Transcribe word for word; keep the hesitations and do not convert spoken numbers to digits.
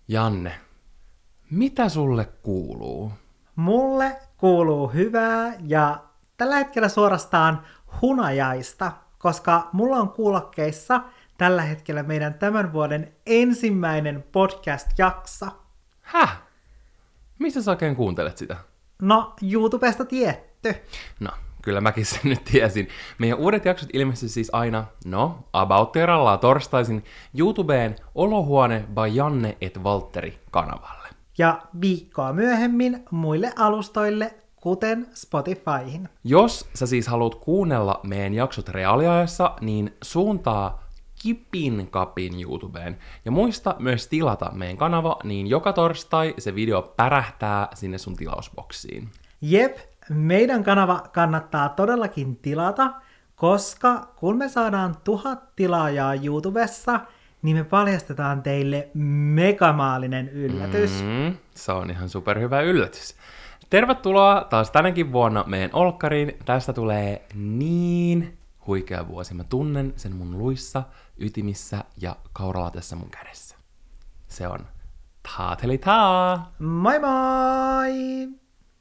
Janne, mitä sulle kuuluu? Mulle kuuluu hyvää ja tällä hetkellä suorastaan hunajaista, koska mulla on kuulokkeissa tällä hetkellä meidän tämän vuoden ensimmäinen podcast-jakso. Häh? Missä sä oikein kuuntelet sitä? No, YouTubesta tietty. No, kyllä mäkin sen nyt tiesin. Meidän uudet jaksot ilmestyy siis aina, no, about terallaa torstaisin YouTubeen Olohuone by Janne et Valtteri kanavalle. Ja viikkoa myöhemmin muille alustoille, kuten Spotifyhin. Jos sä siis haluat kuunnella meidän jaksot reaaliajassa, niin suuntaa Kipin Kapin YouTubeen. Ja muista myös tilata meidän kanava, niin joka torstai se video pärähtää sinne sun tilausboksiin. Jep, meidän kanava kannattaa todellakin tilata, koska kun me saadaan tuhat tilaajaa YouTubessa, niin me paljastetaan teille megamaalinen yllätys. Mm, se on ihan superhyvä yllätys. Tervetuloa taas tänäkin vuonna meidän olkkariin. Tästä tulee niin huikea vuosi. Mä tunnen sen mun luissa, ytimissä ja kauralatessa mun kädessä. Se on taateli taa! Moi moi!